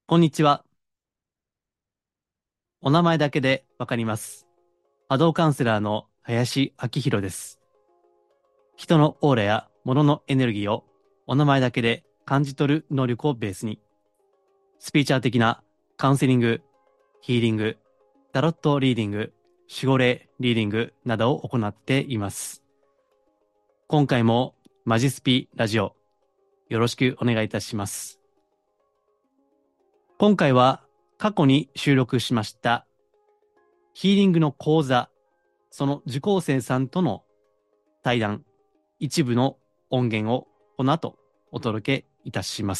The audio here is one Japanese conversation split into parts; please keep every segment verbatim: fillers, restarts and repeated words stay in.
こんにちは。お名前だけでわかります。波動カウンセラーの林明宏です。人のオーラや物のエネルギーをお名前だけで感じ取る能力をベースに、スピーチャー的なカウンセリング、ヒーリング、タロットリーディング、守護霊リーディングなどを行っています。今回もマジスピラジオよろしくお願いいたします。今回は過去に収録しましたヒーリングの講座、その受講生さんとの対談、一部の音源をこの後お届けいたします。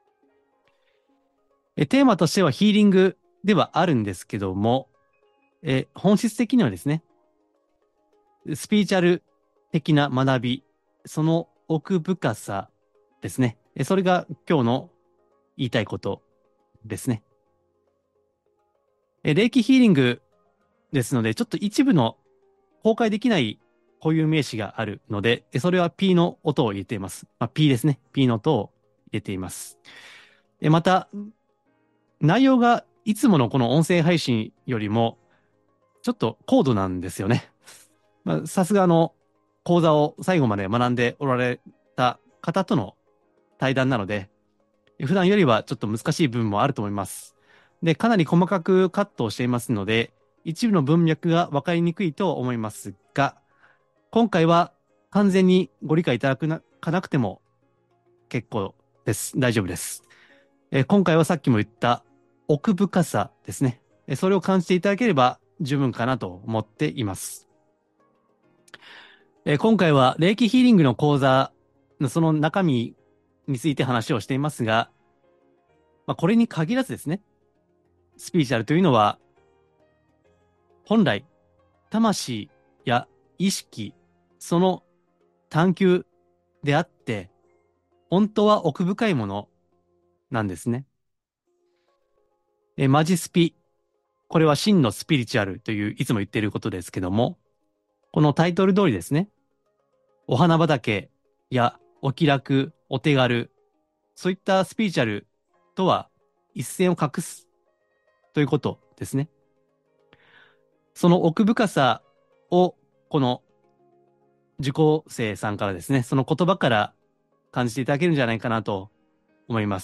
えテーマとしてはヒーリングではあるんですけども、え本質的にはですね、スピーチャル的な学び、その奥深さですね。えそれが今日の言いたいことですね。え霊気ヒーリングですので、ちょっと一部の公開できない固有名詞があるので、それは P の音を入れています。まあ、P ですね。P の音を入れています。また、内容がいつものこの音声配信よりも、ちょっと高度なんですよね。まあ、さすがあの、講座を最後まで学んでおられた方との対談なので、普段よりはちょっと難しい部分もあると思います。で、かなり細かくカットをしていますので、一部の文脈が分かりにくいと思いますが、今回は完全にご理解いただくなかなくても結構です。大丈夫です。えー今回はさっきも言った奥深さですね。えーそれを感じていただければ十分かなと思っています。えー今回は霊気ヒーリングの講座のその中身について話をしていますが、まあ、これに限らずですね、スピーチャルというのは本来魂や意識、その探求であって、本当は奥深いものなんですね。え、マジスピ。これは真のスピリチュアルといういつも言っていることですけども、このタイトル通りですね、お花畑やお気楽、お手軽、そういったスピリチュアルとは一線を画すということですね。その奥深さをこの受講生さんからですね、その言葉から感じていただけるんじゃないかなと思います。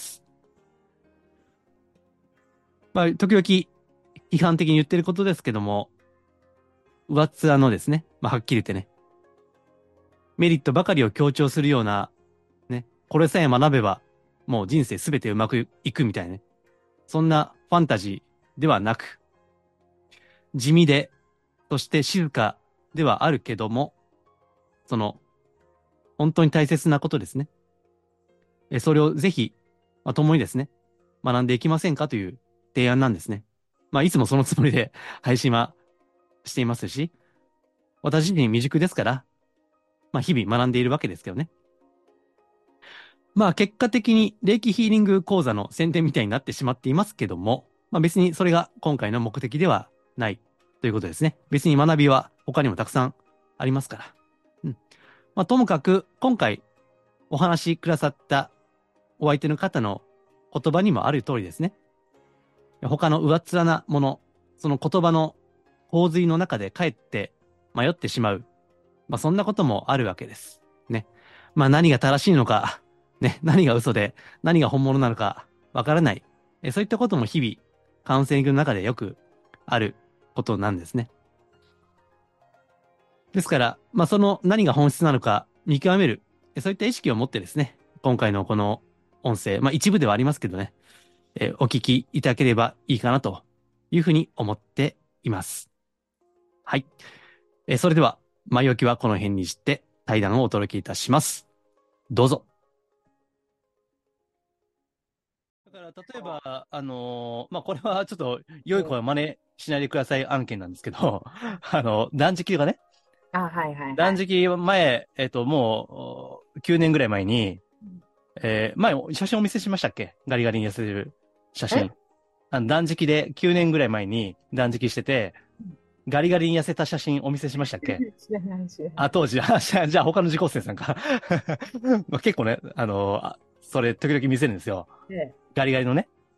まあ、時々批判的に言ってることですけども、上っ面のですね、まあ、はっきり言ってね、メリットばかりを強調するような、ね、これさえ学べば、もう人生すべてうまくいくみたいなね、そんなファンタジーではなく、地味で、そして静かではあるけども、その、本当に大切なことですね。え、それをぜひ、まあ、共にですね、学んでいきませんかという提案なんですね。まあ、いつもそのつもりで配信はしていますし、私自身未熟ですから、まあ、日々学んでいるわけですけどね。まあ結果的に霊気ヒーリング講座の宣伝みたいになってしまっていますけども、まあ別にそれが今回の目的ではないということですね。別に学びは他にもたくさんありますから。うん。まあともかく今回お話しくださったお相手の方の言葉にもある通りですね。他の上っ面なもの、その言葉の洪水の中でかえって迷ってしまう。まあそんなこともあるわけです。ね。まあ何が正しいのか、ね、何が嘘で何が本物なのかわからない。え、そういったことも日々カウンセリングの中でよくあることなんですね。ですから、まあその何が本質なのか見極める。えそういった意識を持ってですね、今回のこの音声、まあ一部ではありますけどね、えお聞きいただければいいかなというふうに思っています。はい。えそれでは、前置きはこの辺にして対談をお届けいたします。どうぞ。だから、例えば、あのーまあ、これはちょっと、良い子は真似しないでください案件なんですけど、あの、断食がね、 あ、はいはいはい。 断食前、えっと、もう、きゅうねんぐらい前に、えー前、写真お見せしましたっけ？ガリガリに痩せてる写え、 真。あの、断食できゅうねんぐらい前に断食してて、ガリガリに痩せた写真お見せしましたっけ？ 知らない知らなあ、 い。 当時、あ、じゃあ、じゃあ他の受講生さんか。まあ結構ね、あの、あそれ、時々見せるんですよ。 で、 ガリガリのね。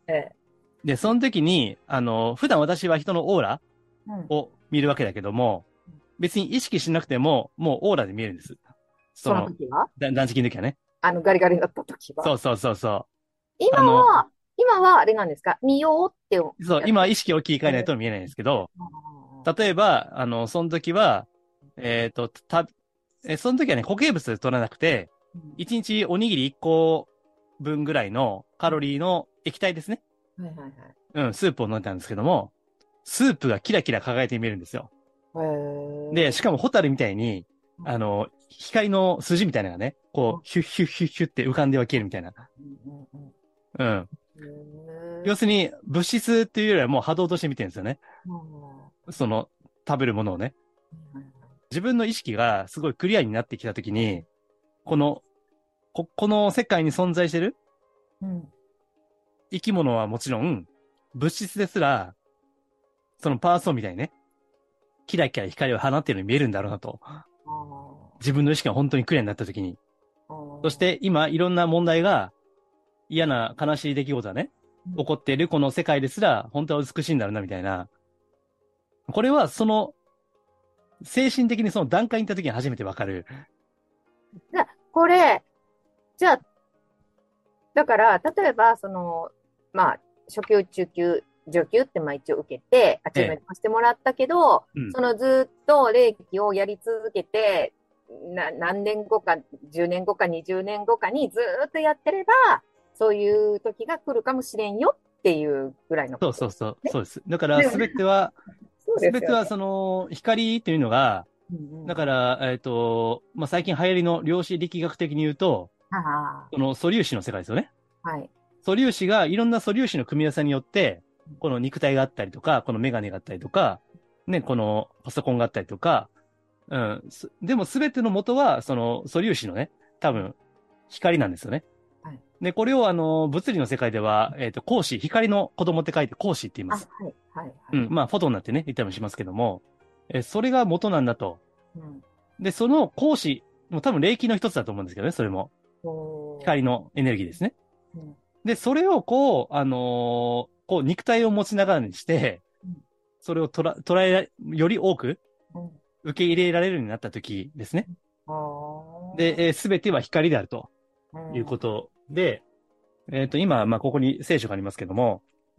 ええ。 で、その時に、あの、普段私は人のオーラを見るわけだけども、うん、別に意識しなくても、もうオーラで見えるんです。 その時は断食の時はね。 あの、ガリガリだった時は。 そうそうそうそう。 今あの、 は、今はあれなんですか？見ようってそう、今は意識を切り替えないと見えないんですけど、例えば、あの、その時は、えっ、ー、と、た、え、その時はね、固形物で取らなくて、いちにちおにぎりいっこぶんぐらいのカロリーの液体ですね。 はいはいはい。 うん、スープを飲んだんですけども、スープがキラキラ輝いて見えるんですよ。で、しかもホタルみたいに、あの、光の筋みたいなのがね、こう、ヒュッヒュッヒュッヒュッって浮かんでは消えるみたいな。うん。要するに、物質っていうよりはもう波動として見てるんですよね。その、食べるものをね。自分の意識がすごいクリアになってきたときに、この、こ、この世界に存在してる、うん、生き物はもちろん、物質ですら、そのパワーソーンみたいにね、キラキラ光を放っているように見えるんだろうなと。自分の意識が本当にクリアになったときに。そして今、いろんな問題が、嫌な悲しい出来事がね、起こっているこの世界ですら、本当は美しいんだろうな、みたいな。これは、その、精神的にその段階に行った時に初めてわかる。 じゃあ、これ、じゃあ、だから、例えば、その、まあ、初級、中級、上級ってまあ一応受けて、アチューメントしてもらったけど、ええ、うん、そのずっと霊気をやり続けて、な何年後か、じゅうねんごかにじゅうねんごかにずっとやってれば、そういう時が来るかもしれんよっていうぐらいのこと、ね。 そうそうそう、そうです。だから、すべては、すべてはその、光というのが、うんうん、だから、えっ、ー、と、まあ、最近流行りの量子力学的に言うと、この素粒子の世界ですよね。はい。素粒子が、いろんな素粒子の組み合わせによって、この肉体があったりとか、このメガネがあったりとか、ね、このパソコンがあったりとか、うん。でもすべての元は、その素粒子のね、多分、光なんですよね。はい。で、これをあの、物理の世界では、えっ、ー、と、光子、光の子供って書いて光子って言います。はい。はい。はい、うん。まあ、フォトンなんてね、言ったりもしますけども、えー、それが元なんだと。うん。で、その光子、もう多分霊気の一つだと思うんですけどね、それも。光のエネルギーですね。うん、で、それをこう、あのー、こう、肉体を持ちながらにして、うん、それを捉え、捉え、より多く、受け入れられるようになった時ですね。うん、で、す、え、べ、ては光であるということで、うん、えっ、ー、と、今、まあ、ここに聖書がありますけども、うん、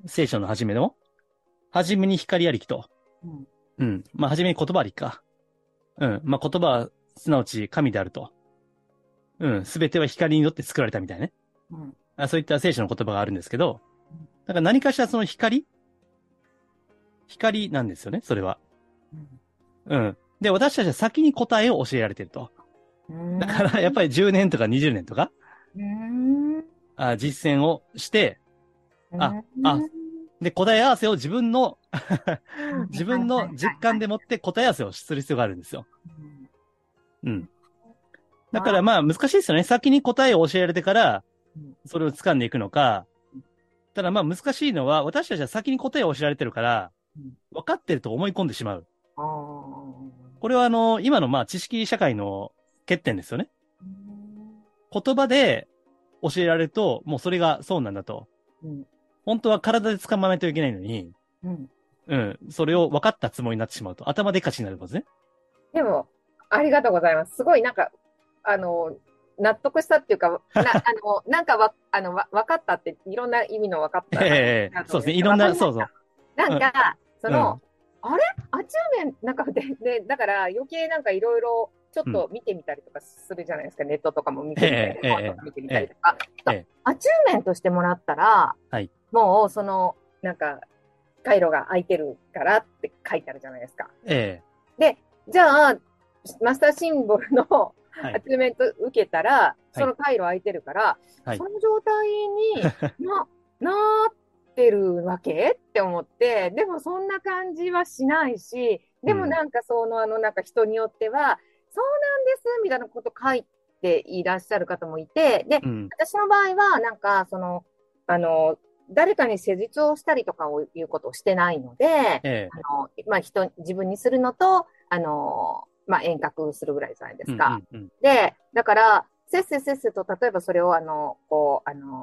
聖書の初めの、初めに光ありきと。うん。うん。まあ、初めに言葉ありきか。うん。まあ、言葉は、すなわち神であると。うん。すべては光によって作られたみたいね。うん。あ、そういった聖書の言葉があるんですけど、だから何かしらその光光なんですよね、それは。うん。うん。で、私たちは先に答えを教えられてると。だから、やっぱりじゅうねんとかにじゅうねんとか、あ実践をして、あ、あ、で、答え合わせを自分の自分の実感でもって答え合わせをする必要があるんですよ。うん。だからまあ難しいですよね。先に答えを教えられてから、それを掴んでいくのか。ただまあ難しいのは、私たちは先に答えを教えられてるから、分かってると思い込んでしまう。これはあの、今のまあ知識社会の欠点ですよね。言葉で教えられると、もうそれがそうなんだと。うん、本当は体で掴まないといけないのに、うん。うん。それを分かったつもりになってしまうと、頭でっかちになるんですね。 でも、ありがとうございます。すごいなんか、あの、納得したっていうか、な、あの、なんかわ、あの、わ、分かったって、いろんな意味の分かった。 ええー、そうですね。いろんな、そうそう。 なんか、うん、その、うん、あれアチューメン、なんかで、で、だから余計なんかいろいろ、ちょっと見てみたりとかするじゃないですか。うん、ネットとかも見てみたりとか、えー、見てみたりとか。えーえー、アチューメントしてもらったら、はい、もう、その、なんか、回路が空いてるからって書いてあるじゃないですか。えー、で、じゃあ、マスターシンボルのアチューメント受けたら、はい、その回路空いてるから、はい、その状態にな、なってるわけって思って、でもそんな感じはしないし、でもなんかその、あの、なんか人によっては、そうなんです、みたいなこと書いていらっしゃる方もいて、で、うん、私の場合は、なんか、その、あの、誰かに施術をしたりとかをいうことをしてないので、ええ、あの、まあ、人、自分にするのと、あの、まあ、遠隔するぐらいじゃないですか。うんうんうん、で、だから、せっせせっせと、例えばそれを、あの、こう、あの、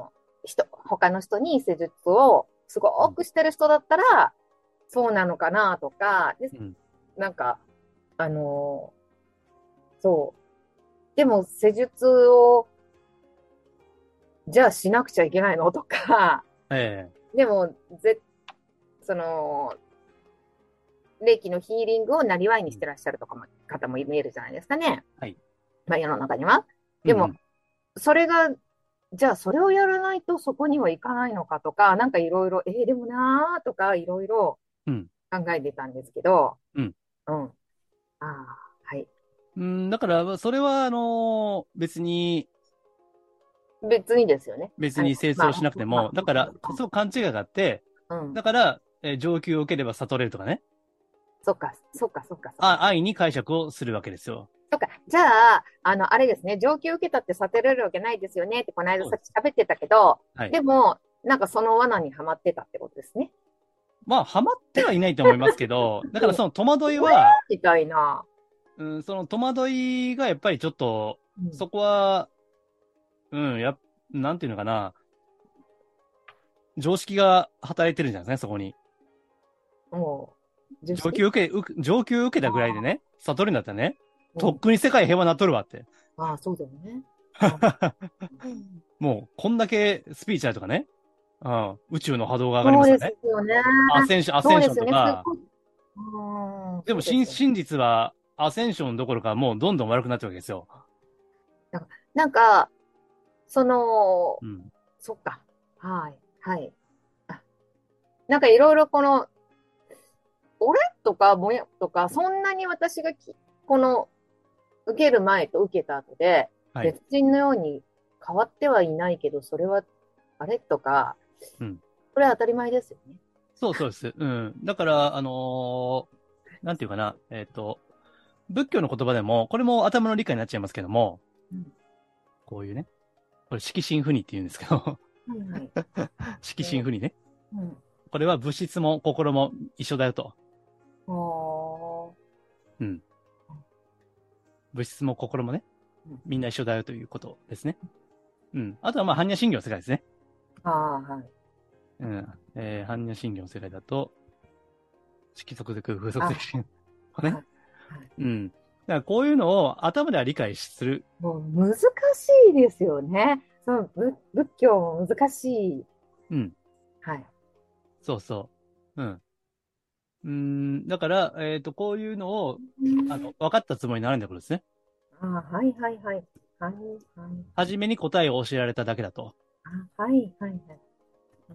人、他の人に施術をすごくしてる人だったら、そうなのかなとか、で、 うん。 なんか、あのーそう。でも施術を、じゃあしなくちゃいけないのとか、 ええ。 でも、ぜ、その、霊気のヒーリングをなりわいにうん。 してらっしゃるとかも、方も見えるじゃないですかね。 はい。 まあ世の中には。でも、 うん。 それが、じゃあそれをやらないとそこにはいかないのかとか、なんかいろいろ、えー、でもなーとかいろいろうん。 考えてたんですけど、 うん。 うん。ああ、はい。 うん、だから、それは、あのー別に、 別にですよね。あの、 別に清まあ、 掃しなくてまあ、 も、だから、そう勘違いがあって、 うん。 だから、えー上級を受ければ悟れるとかね。 そっか、そっか、そっか、そっあ、 か。 愛に解釈をするわけですよ。 そっか。じゃあ、あの、あれですね。上級受けたって悟れるわけないですよねって、この間さっきそうです。 喋ってたけど、 はい。 でも、なんかその罠にはまってたってことですね。 まあ、ハマってはいないと思いますけど、だかうん。 らその戸惑いおやは、 みたいな。 うん、その戸惑いがやっぱりちょっと、 うん。 そこは、うん、やっ、なんていうのかな、常識が働いてるんじゃないですかね、そこに。 もう、常識。 上級受け、う上級受けたぐらいであね、悟るんだったらね、 あ、うん。 とっくに世界平和なっとるわって。 ああ、そうだよね。あ、 もう、こんだけスピーチャルとかね、うん、宇宙の波動が上がりそうですますよね。 よね。 アセンション、アセンションそうですよね。すとか、 ごい。うん、 でも真、 そうですよね。 真実はアセンションどころかもうどんどん悪くなってるわけですよ。 なんか、なんかその、 うん。 そっか。はい。はい。あ、なんかいろいろこの、俺とか、もやとか、そんなに私がき、この、受ける前と受けた後で、 はい。 別人のように変わってはいないけど、それは、あれとか、 うん。 これは当たり前ですよね。 そうそうです。うん。だから、あのーなんていうかな、えっと、仏教の言葉でも、これも頭の理解になっちゃいますけども、 うん。 こういうね、これ色心不二って言うんですけど、 はいはい。 色心ね、 不二ね。 うん。 これは物質も心も一緒だよと。 ああ、 うん。物質も心もね、 うん。 みんな一緒だよということですね。うん。あとはまあ、般若心経の世界ですね。 ああ、はい。 うん。えー、般若心経の世界だと、色即是空、風即あ、 是心。ね。 はい。はい。 うん。だからこういうのを頭では理解する。 もう難しいですよね。その仏、仏教も難しい。 うん。 はい。 そうそう。うん。うん。だから、えっと、こういうのを、 うん。 あの、分かったつもりになるんだことですね。 あ、はいはいはい。はいはいはい。 初めに答えを教えられただけだと。 あ、はいはいはい。うん。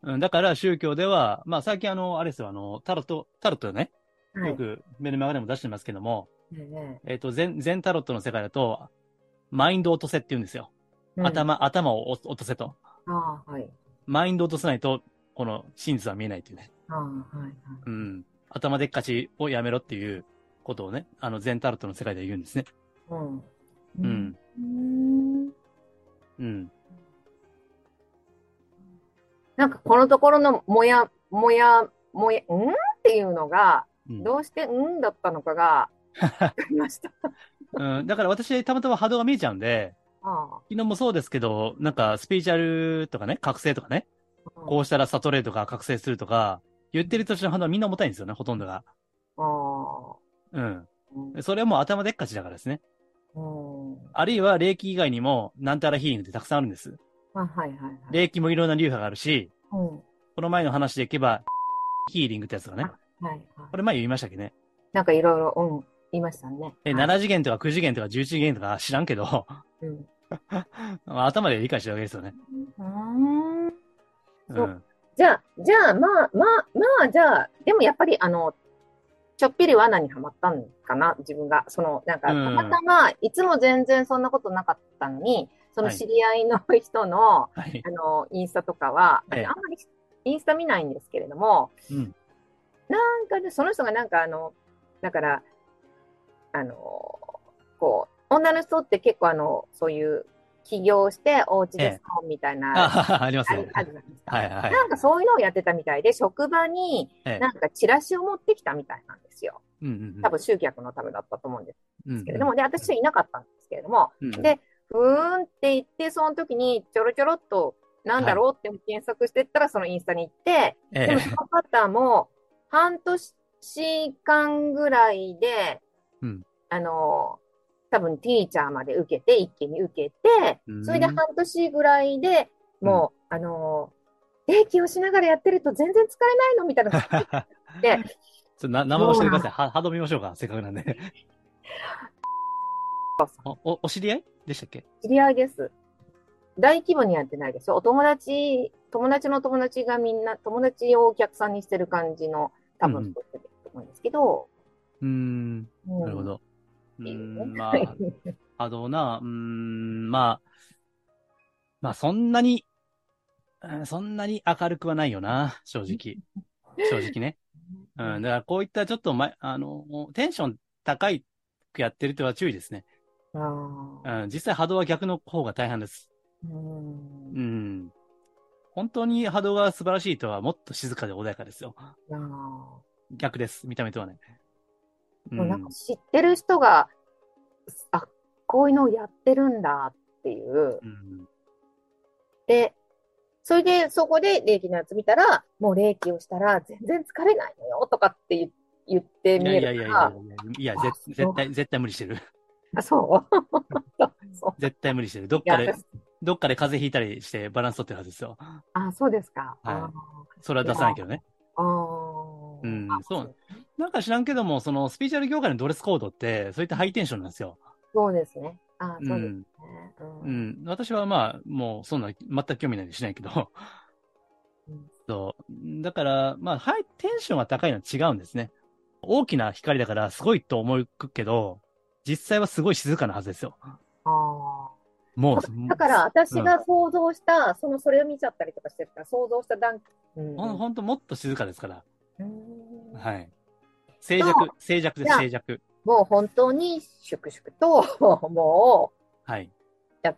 うん。だから宗教では、まあ最近あの、あれですよ、あの、タロット、タロットね、 はい。 よくメルマガでも出してますけども、 ねえねえっと、全、全タロットの世界だと、マインドを落とせって言うんですよ。 え。うん。 頭、頭を落とせと。 ああ、はい。 マインドを落とさないと、この真実は見えないっていうね。 ああ、はいはい。 うん。頭でっかちをやめろっていうことをね、あの、全タロットの世界では言うんですね。 うん。うん。 うん。 うん。 うん。 なんかこのところのもや、もや、もや、んっていうのが、 うん。 どうしてんだったのかが、わかりました。 うん。だから私、たまたま波動が見えちゃうんで、 あ昨日もそうですけど、なんか、スピーチャルとかね、覚醒とかね、 あ、 こうしたら悟れるとか覚醒するとか、言ってる途中の波動はみんな重たいんですよね、ほとんどが。 ああ、 うん。 うん、 それはもう頭でっかちだからですね。 うん。 あるいは、霊気以外にも、なんたらヒーリングってたくさんあるんです。 あ、はいはいはい。 霊気もいろんな流派があるし、 うん。 この前の話でいけば、ヒーリングってやつがあ、 ね。 はいはい。 これ前言いましたっけね。 なんかいろいろ、うん、言いましたね。 え、 はい。 なな次元とかきゅう次元とかじゅういち次元とか知らんけど、 うん。 頭で理解してるわけですよね。 うーん。そう。 うん。 じゃあ、じゃあ、まあ、まあ、まあ、じゃあ、でもやっぱり、あの、ちょっぴり罠にはまったんかな、自分が。その、なんうか、たまたん。 ま、いつも全然そんなことなかったのに、そのはい。 知り合いの人の、 はい。 あの、インスタとかは、 ええ。 私あんまりインスタ見ないんですけれども、 うん。 なんかね、その人がなんかあの、だから、あの、こう、女の人って結構あの、そういう起業してお家ええ。 でサロンみたいな、 あ、ありますね。 あるあるじゃないですか。 はいはい。 なんかそういうのをやってたみたいで、職場にええ。 なんかチラシを持ってきたみたいなんですよ。 うんうん多分集客のためだったと思うんでうん。うんうん。 すけれども、で、私はいなかったんですけれども、 うんうん。 で、ふーんって言って、その時にちょろちょろっとなんだろうって検索してったらそのインスタに行って、 えでもその方も半年間ぐらいで、 うん。 あの、多分ティーチャーまで受けて、一気に受けて、それで半年ぐらいでもう、あの、冷気をしながらやってると全然疲れないのみたいなこと言って、 ちょっとな名前教えてください。は、はどみましょうか。せっかくなんで。お、お、お知り合いでしたっけ？ 知り合いです。大規模にやってないですよ。お友達、友達の友達がみんな、友達をお客さんにしてる感じの、多分そういうと思うんですけど。 うん、うん。うーん、なるほど。うーん、まあ、波動な、うーん、まあ、まあ、そんなに、そんなに明るくはないよな、正直。正直ね。うん、だからこういったちょっと、ま、あの、テンション高いくやってるとは注意ですね。うん、実際波動は逆の方が大半です。うん。本当に波動が素晴らしいとはもっと静かで穏やかですよ。逆です、見た目とはね。 うん、なんか知ってる人が、あ、こういうのをやってるんだっていう。うん、で、それでそこで霊気のやつ見たら、もう霊気をしたら全然疲れないのよとかって言ってみえるから。 いやいやいやいやいや、いや、絶対、絶対無理してる。 あ、そう絶対無理してる。どっかで、どっかで風邪ひいたりしてバランス取ってるはずですよ。 あ、そうですか。 はい。それは出さないけどね。 ああ。 うん、そう。なんか知らんけども、そのスピーチャル業界のドレスコードって、そういったハイテンションなんですよ。 そうですね。あ、そうですね。 うん。うん。私はまあ、もうそんな、全く興味ないんでしないけど。うん、そう。だから、まあ、ハイテンションが高いのは違うんですね。大きな光だからすごいと思うけど、実際はすごい静かなはずですよ。ああ。 もう、だから私が想像した、うん、その、それを見ちゃったりとかしてるから、想像した段階。 うん、ほんともっと静かですから。はい。静寂、静寂です、静寂。 もう本当に粛々と、もう、はい。 やって、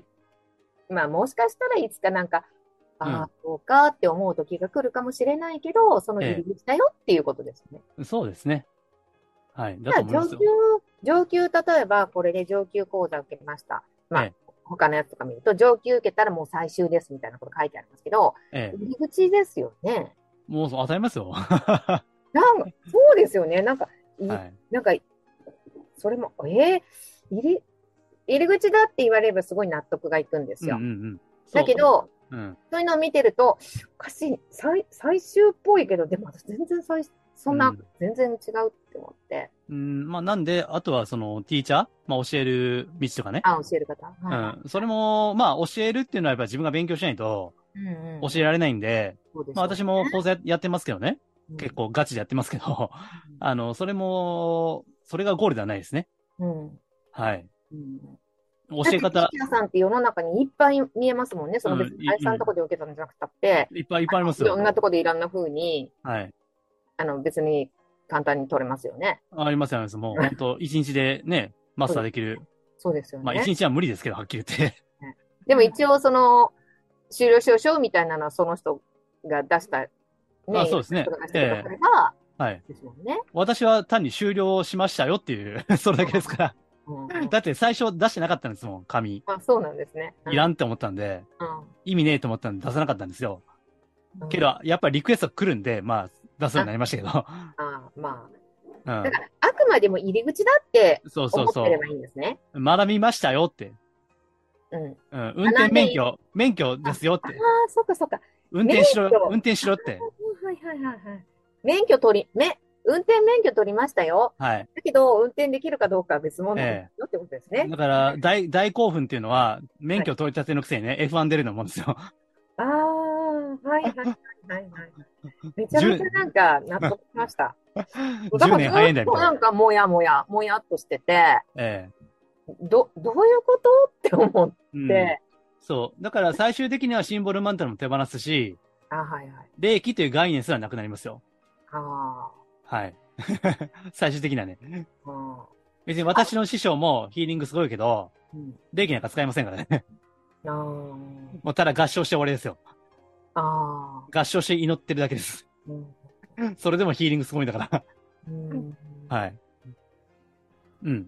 まあもしかしたらいつかなんか、ああ、そうかって思う時が来るかもしれないけど、その入り口だよっていうことですね。 ええ、そうですね。はい。だと思いますよ。 上級、上級、例えばこれで上級講座受けました。まあ、ええ、他のやつとか見ると、上級受けたらもう最終ですみたいなこと書いてありますけど、ええ、入り口ですよね。 もう当たりますよ。 なんか、そうですよね。なんか、はい、なんか、それも、えー、入り、入り口だって言われればすごい納得がいくんですよ。うんうんうん、だけど、うん、そういうのを見てると、おかしい、最、最終っぽいけど、でも全然最、そんな、うん、全然違うって思って。 うん、まあなんで、あとはその、ティーチャーまあ教える道とかね。 あ、教える方。 はい、うん。それも、まあ教えるっていうのはやっぱ自分が勉強しないと、教えられないんで、うんうん、まあ私も講座やってますけどね。うん、結構ガチでやってますけど、うん、あの、それも、それがゴールではないですね。うん。はい。うん教え方。 ティーチャーさんって世の中にいっぱい見えますもんね。その別に第三とこで受けたんじゃなくたって、 いっぱいいっぱいありますよ。 いろんなとこでいろんな風に、はい。あの、別に簡単に取れますよね。 ありますあります。もう本当一日でね、マスターできる。 そうですよね。 まあ一日は無理ですけど、はっきり言って。 でも一応その、終了証書みたいなのはその人が出した、ね。 あ、そうですね。 人が出してくだされば、 えー、はい。ですもんね。私は単に終了しましたよっていう、それだけですから。だって最初出してなかったんですもん、紙。 あ、そうなんですね。 うん、いらんって思ったんで、うん、意味ねえと思ったんで出さなかったんですよ。うん、けど、やっぱりリクエスト来るんで、まあ、出すようになりましたけど。ああ、 まあ。うん、だから、あくまでも入り口だって思ってればいいんですね。 そうそうそう。学びましたよって。うん。うん、運転免許、免許ですよって。 ああ、そっかそっか。 運転しろ、運転しろって。 はいはいはいはい。免許取り、め、運転免許取りましたよ。はい。だけど、運転できるかどうかは別物ですよってことですね。 だから、大、大興奮っていうのは、免許取り立てのくせにね、はい、エフワン 出るのもんですよ。 ああ、はいはいはいはい。めちゃめちゃなんか納得しました。 じゅうねん早いんだよ。 なんかもやもや、もやっとしてて、ええ、ど、どういうことって思って、うん。 そう。だから最終的にはシンボルマントルも手放すし、あ、はいはい。霊気という概念すらなくなりますよ。ああ。はい。最終的にはね。あ、別に私の師匠もヒーリングすごいけど、うん、霊気なんか使いませんからね。あ、もうただ合唱して終わりですよ。ああ。合唱して祈ってるだけです。うん、それでもヒーリングすごいんだから。うん、はい。うん。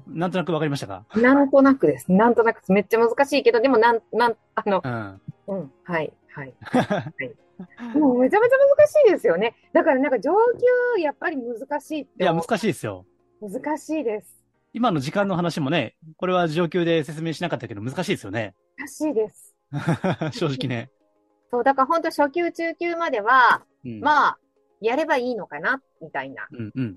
なんとなくわかりましたか？ なんとなくです。なんとなく、めっちゃ難しいけど、でも、なん、なん、あの、 うん。 うん、はい、はい、はい、はい。もうめちゃめちゃ難しいですよね。だからなんか上級、やっぱり難しいっいや、 て思難しいですよ。 う。難しいです。 今の時間の話もね、これは上級で説明しなかったけど難しいですよね。 難しいです。 正直ね。 そう、だから本当初級、中級までは、 うん。 まあ、やればいいのかな、みたいな。 うんうん。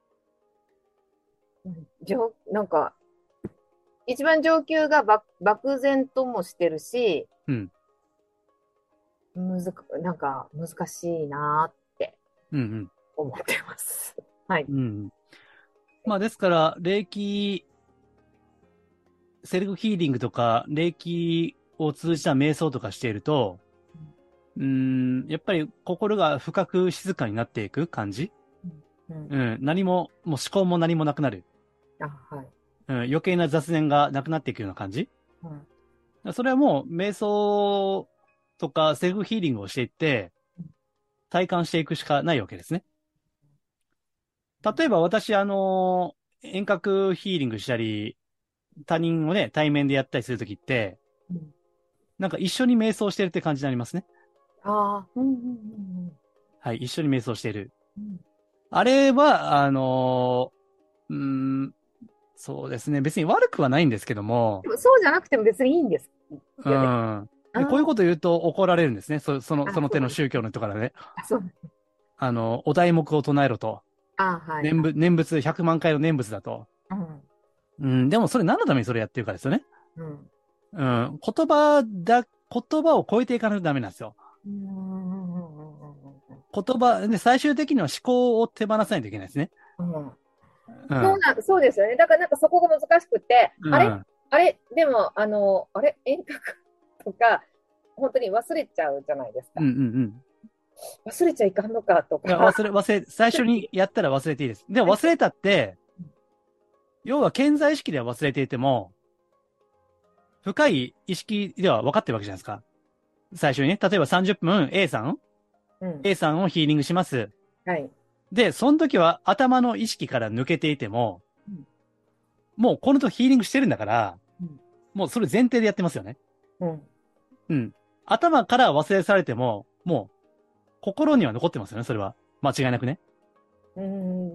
うん、上、なんか、一番上級がば漠然ともしてるし、 うん。 むずく、なんか難しいなってうんうん。 思ってます。はい。 うん。まあですから、霊気、セルフヒーリングとか、霊気を通じた瞑想とかしていると、うーん、やっぱり心が深く静かになっていく感じ。 うん。うん。 うん。何も、もう思考も何もなくなる。 あ、はい。 うん。余計な雑念がなくなっていくような感じ。 うん。 それはもう、瞑想とかセルフヒーリングをしていって、体感していくしかないわけですね。例えば私、あの、遠隔ヒーリングしたり、他人をね、対面でやったりするときって、 うん。 なんか一緒に瞑想してるって感じになりますね。 ああ、うんうんうんはい、一緒に瞑想している。 うん。 あれは、あのーうーん、そうですね。別に悪くはないんですけども、 でもそうじゃなくても別にいいんですうよね。 ん。で、こういうあこと言うと怒られるんですね。そ、その、 あ、あ、 そのそうなんです。 手の宗教の人からね。 あ、そうなんです。 あの、お題目を唱えろと。 あ、はいはい。 念仏、念仏ひゃくまん回の念仏だと。 うん。 うん、でもそれ何のためにそれやってるかですよね。 うん。 うん、言葉だ、言葉を超えていかないとダメなんですよ。 うん。 言葉、で、最終的には思考を手放さないといけないですね。 うん。うん。 うん。 そうな、そうですよね。だからなんかそこが難しくて、あれうん。 あれでも、あの、あれ遠隔とか、本当に忘れちゃうじゃないですうんうか。 んうん。 忘れちゃいかんのかといや、 か、 忘れ、忘れ、最初にやったら忘れていいです。でも忘れたって、要は健在意識では忘れていても、深い意識では分かってるわけじゃないですか。最初にね、例えばさんじゅっぷん A さん、 うん。 A さんをヒーリングします。 はい。 で、その時は頭の意識から抜けていても、 うん。 もうこの人ヒーリングしてるんだから、 うん。 もうそれ前提でやってますよね。 うん。 うん。頭から忘れされても、もう心には残ってますよね、それは。間違いなくね。 うん。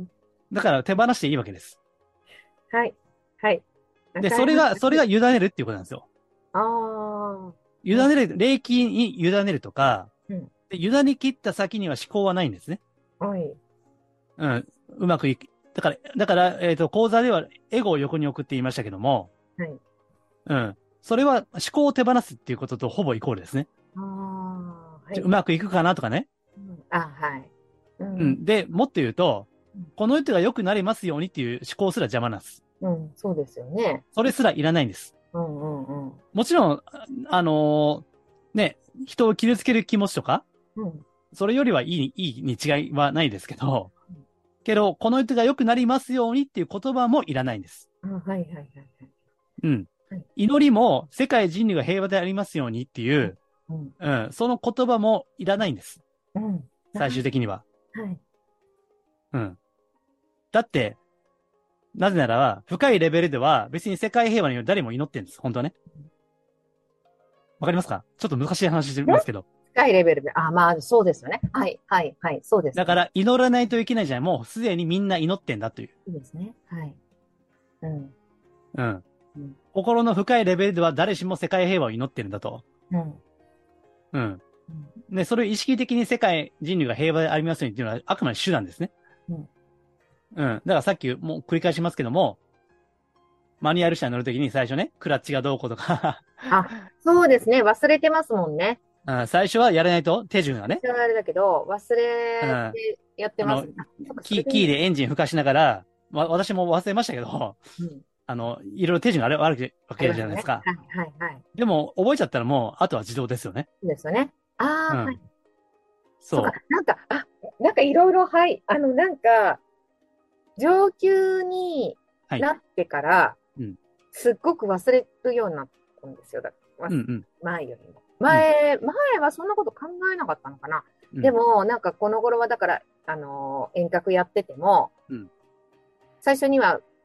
だから手放していいわけです。 はい。はい。わで、 かりましそれが、それが委ねるっていうことなんですよ。 た。ああ。 委うん。 ねる、霊気に委ねるとか、 うん。 で委ね切った先には思考はないんですね。 はい。 うん。うまくいく。だから、だから、えっと、講座ではエゴを横に置くって言いましたけども、 はい。 うん。それは思考を手放すっていうこととほぼイコールですね。 ああ。はい。 じゃうまくいくかなとかね。 うん、あ、はい。うん。 うん。で、もっと言うと、この人が良くなりますようにっていう思考すら邪魔なんです。 うん。そうですよね。 それすらいらないんです。 うんうんうん。 もちろん、あのーね、人を傷つける気持ちとか、 うん。 それよりはいい、いいに違いはないですけど、けど、この人が良くなりますようにっていう言葉もいらないんです。 あ、はいはいはいはい。 うん。 はい。 祈りも世界人類が平和でありますようにっていうん。 う、 うん。 うん、その言葉もいらないんです。 うん。あ、 最終的には。 はい。 うん。だって、なぜならば、深いレベルでは別に世界平和に誰も祈ってるんです。本当はね。わかりますか？ちょっと難しい話してで、 ますけど。 深いレベルで、あ、まあ、そうですよね。はい、はい、はい、そうですよね。 だから祈らないといけないじゃない。もうすでにみんな祈ってんだという。 そうですね。はい。うん。 うん。 うん。 心の深いレベルでは誰しも世界平和を祈ってるんだと。 うん。 うん。 うん。 で、それを意識的に世界人類が平和でありますようにっていうのはあくまで手段ですね。 うん。 うん。だからさっきもう繰り返しますけども、マニュアル車に乗るときに最初ね、クラッチがどうこうとかあ、そうですね。忘れてますもんね。 うん、最初はやらないと手順がね、 私はあれだけど、忘うん。 れあてやってますの、 ね。あ、そっか、そキー、 れでいいんだ。 キーでエンジン吹かしながら、わ、私も忘れましたけど、 うん。 あの、いろいろ手順がある、あるわけありますね。 じゃないですか。 はい、はい、はい。 でも、覚えちゃったらもう、あとは自動ですよね。 そうですよね。ああ、はい。 うん。 そっか、 そなんか、あ、なんかいろいろ、はい。あの、なんか、上級にう。はい。 なってから、 うん。 すっごく忘れるようになったんですよ。だわうん、うん、 前よりも。 うん、 前、前はそんなこと考えなかったのかな。 うん、 でも、なんかこの頃はだから、あのー遠隔やってても、 うん、 最初には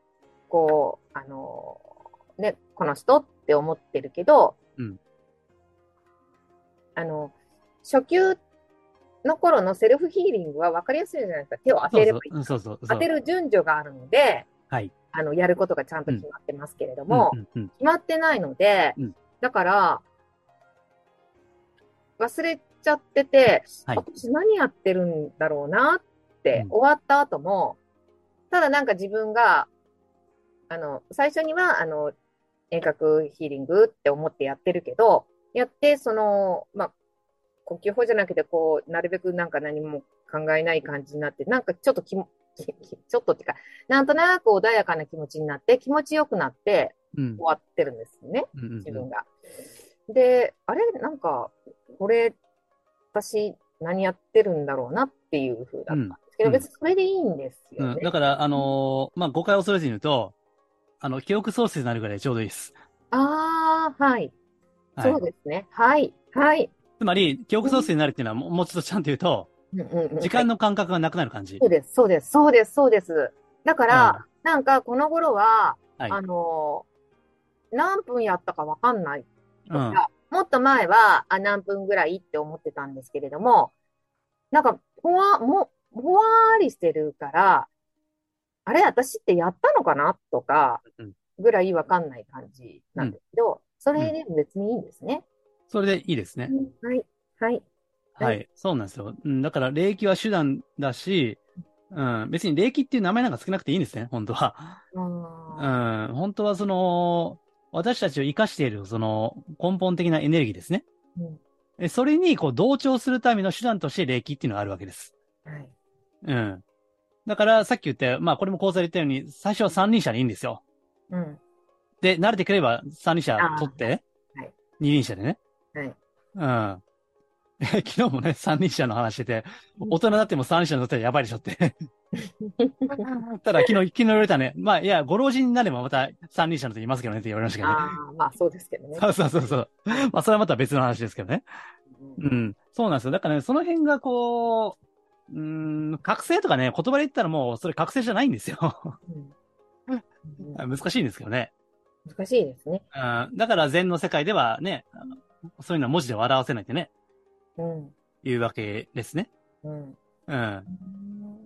こう、あの、ね、この人って思ってるけど、 うん。 あの、初級の頃のセルフヒーリングは分かりやすいじゃないですか。手を当そうそう、 てればいい。 うん、そうそう、そう。 当てる順序があるので、 はい。 あの、やることがちゃんとうん、 決まってますけれどうん、 も、 うん、うん、 決まってないので、 うん。 だから、忘れちゃってて、 はい。 私何やってるんだろうなってうん、 終わった後も、ただなんか自分が、あの、最初には、あの、遠隔ヒーリングって思ってやってるけど、やって、その、まあ、呼吸法じゃなくて、こう、なるべくなんか何も考えない感じになって、なんかちょっと気も、ちょっとっていうか、なんとなく穏やかな気持ちになって、気持ちよくなってうん、 終わってるんですね、 うん、うん。うん。 自分が。で、あれなんか、これ、私、何やってるんだろうなっていう風だったんうん。 ですけど、別うん。 にそれでいいんですようん。だね。 から、あのーまあ、誤解を恐れずに言うと、あの、記憶喪失になるぐらいでちょうどいいです。 ああ、はい。 はい。 そうですね。はい。はい。 つまり、記憶うん、 喪失になるっていうのは、もうもうちょっとちゃんと言うと、 うん、うん、はい。 時間の感覚がなくなる感じ。 そうです、そうです、そうです、そうです。だかうん。 ら、なんかこの頃は、 はい。 あのー何分やったかわかんないとうん。 か、もっと前は、あ、何分ぐらいって思ってたんですけれども、なんか、ほわ、も、ほわーりしてるから、あれ、私ってやったのかなとか、 うん。 ぐらいわかんない感じなんうん。 ですけど、そうん。 れで別にいいんですね。 それでいいですね。 うん、はい、はい、はい。 はい。そうなんですよ。うん。だから、霊気は手段だし、うん。別に霊気っていう名前なんか少なくていいんですね、本当は。 あうあ、 ん。本当はその、私たちを生かしている、その、根本的なエネルギーですね。 うん、 えそれに、こう、同調するための手段として霊気っていうのがあるわけです。 はい。 うん。だから、さっき言った、まあ、これも講座で言ったように、最初は三輪車でいいんですよ。 うん。 で、慣れてくれば三輪車ああ、 取って、 はい、 二輪車でね。 はい。 うん。昨日もね、三輪車の話してて、 うん。 大人になっても三輪車乗ったらやばいでしょってただ、昨日、昨日言われたね。まあ、いや、ご老人になればまた三輪車のと言いますけどねって言われましたけどね。 ああ、まあそうですけどね。 そうそうそうそう。 はい。 まあ、それはまた別の話ですけどね。 うん、 うん。そうなんですよ。だからね、その辺がこう、うーん、覚醒とかね、言葉で言ったらもう、それ覚醒じゃないんですよ。 うん、うん。 難しいんですけどね。 難しいですね。 うん。だから禅の世界ではね、そういうのは文字では表せないってね、 うん、 いうわけですね。 うん。 うん。 うん、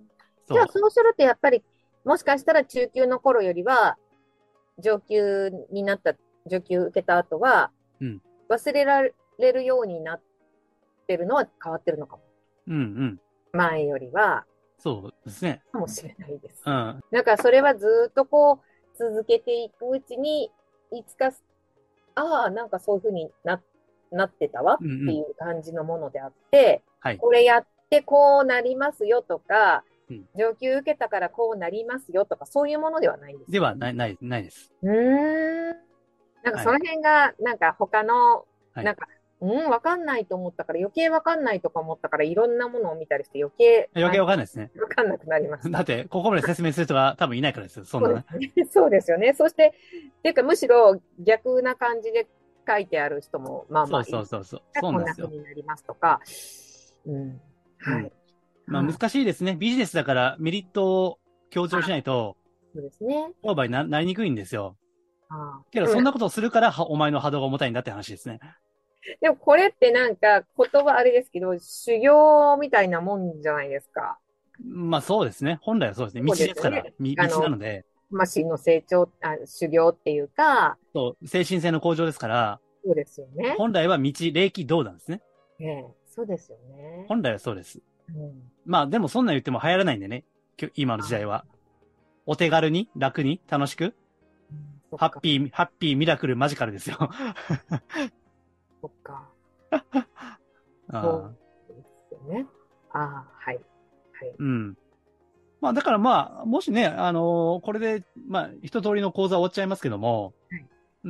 じゃあそそうするとやっぱり、もしかしたら中級の頃よりは、上級になった、上級受けた後は、 う。うん。 忘れられるようになってるのは変わってるのかも。 うんうん。 前よりは、 そうですね。 かもしれないです。 うん。 なんかそれはずっとこう、続けていくうちに、いつか、ああ、なんかそういうふうにな、なってたわっうんうん。 ていう感じのものであって、 はい。 これやってこうなりますよとか、 うん。 上級受けたからこうなりますよとか、そういうものではないんですよね。 ではない、ない、ないです。 うーん。なんかはい。 その辺が、なんか他の、 はい。 なんか、うん、わかんないと思ったから、余計わかんないとか思ったから、いろんなものを見たりして余計、 余計あ、 わかんないですね。 わかんなくなりましだった。 て、ここまで説明する人が多分いないからですよ。そんなね。 そうですね。そうですよね。そして、っていうか、むしろ逆な感じで書いてある人も、まあまそうあいる。 そうそうそう。そうこんななんですよ。 風になりますとか。うん。 うん。 はい。 まあはい。 難しいですね。ビジネスだからメリットを強調しなあ、 いと、 そうですね。 商売にな、なりにくいんですよ。 あ、 けど、 でも、 そんなことをするから、はお前の波動が重たいんだって話ですね。 でもこれってなんか言葉あれですけど、修行みたいなもんじゃないですか。 まあそうですね。本来はそうですね。道そうでですから、 すよね。 み、 あの、 道なので、 魂の成長、あ、修行っていうか、 そう、精神性の向上ですから、 そうですよね。 本来は道、霊気、道なんですね。 ええ、そうですよね。 本来はそうです。 うん。 まあでもそんなん言っても流行らないんでね。きょ今の時代あ、 は。お手軽に、楽に、楽しく、 うん、そっか、 ハッピー、ハッピー、ミラクル、マジカルですよ。 そっか。そああ、 うですよね。ああ、はい。はい。 うん。まあだからまあ、もしね、あのーこれで、まあ一通りの講座終わっちゃいますけども、 はい。 うん、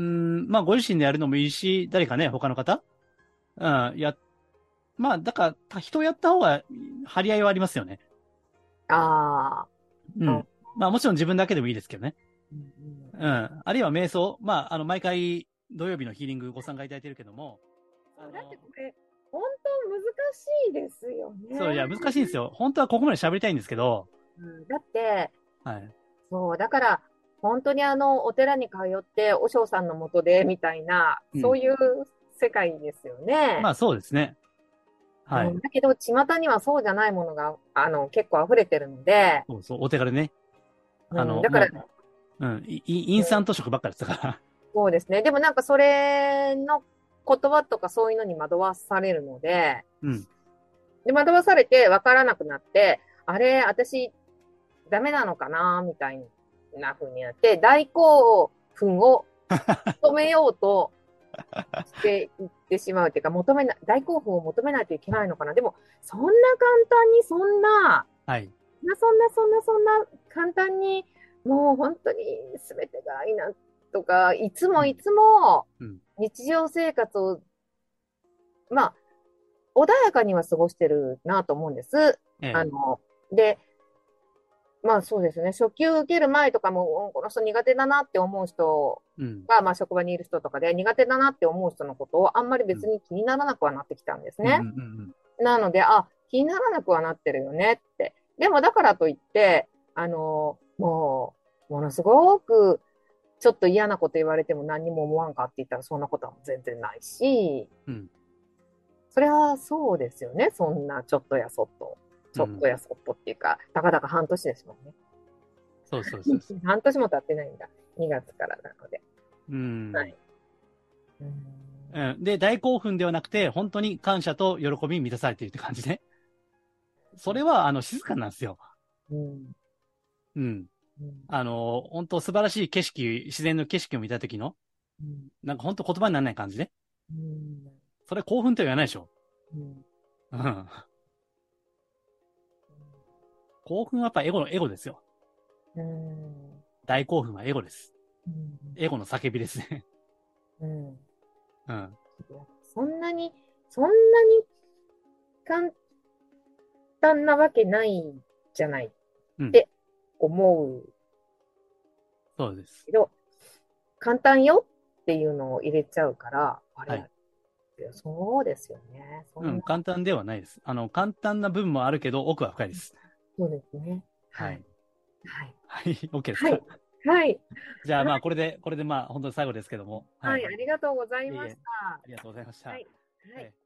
まあご自身でやるのもいいし、誰かね、他の方、うん、や、まあだから、人やった方が張り合いはありますよね。 ああ、あ、 うん。まあもちろん自分だけでもいいですけどね。 うん、 うん。あるいは瞑想。まあ、あの、毎回土曜日のヒーリングご参加いただいてるけども、あだっての、 これ、本当難しいですよそう、いね。 や、難しいんですよ。本当はここまで喋りたいんですけど、 うん、だって、 はい。 そう、だから、 本当にあの、お寺に通って、和尚さんのもとで、みたいな、 うんそういう世界ですよね。 まあそうですね。はい。 うん、だけど、巷にはそうじゃないものが、あの、結構溢れてるので、 そうそう、お手軽ね。あうん、 の、 だから、 もう、うん、イインスタント食ばっかりですから。 そうですね。でもなんかそれの言葉とかそういうのに惑わされるので、 うん。 で、惑わされて分からなくなって、あれ、私、ダメなのかなみたいな風になって、大興奮を求めようとしていってしまうっていうか、求めな、大興奮を求めないといけないのかな。でも、そんな簡単に、そんな、 はい。 そんな、そんな、そんな、簡単に、もう本当に全てがいいなとか、いつうん。 もいつもうん。 日常生活を、まあ、穏やかには過ごしてるなと思うんです。 ええ。 あの、で、まあそうですね、初級受ける前とかも、この人苦手だなって思う人うん。 が、まあ職場にいる人とかで苦手だなって思う人のことをあんまりうん。 別に気にならなくはなってきたんですうん。うね。 ん。 なので、あ、気にならなくはなってるよねって。でもだからといって、あの、もう、ものすごく、ちょっと嫌なこと言われても何にも思わんかって言ったらそんなことは全然ないし、 うん。 それはそうですよね。そんなちょっとやそっと。ちょっうん。 とやそっとっていうか、たかだか半年ですもんね。 そうそうそうそ半年も経ってないんだ。にがつからなので。 う。うん。 はい。うん。 うん。で、大興奮ではなくて、本当に感謝と喜びに満たされているって感じね。それは、あの、静かなんですよ。 うん。 うん。 うん。 あの、本当素晴らしい景色、自然の景色を見たときの、 うん。 なんか本当言葉にならない感じね。 うん。 それ興奮とは言わないでしょ。 うん。 うん。興奮はやっぱエゴのエゴですよ。 うん。 大興奮はエゴです。 うん。 エゴの叫びですね。 うん。 うん。 そんなに、そんなに簡単なわけないじゃないっうん。 て思うそうです。 けど、簡単よっていうのを入れちゃうから、あれ、 はい。 そうですよね。そうん。 んな、 簡単ではないです。あの、簡単な部分もあるけど、奥は深いです。 そうですね。はい。 はい。 はい。 はい。OK ですか。 はい。はい。 じゃあまあ、これで、これでまあ、本当に最後ですけども。はい。 はい。ありがとうございましいえいえ、 た。 ありがとうございました。 はい。はい。 ええ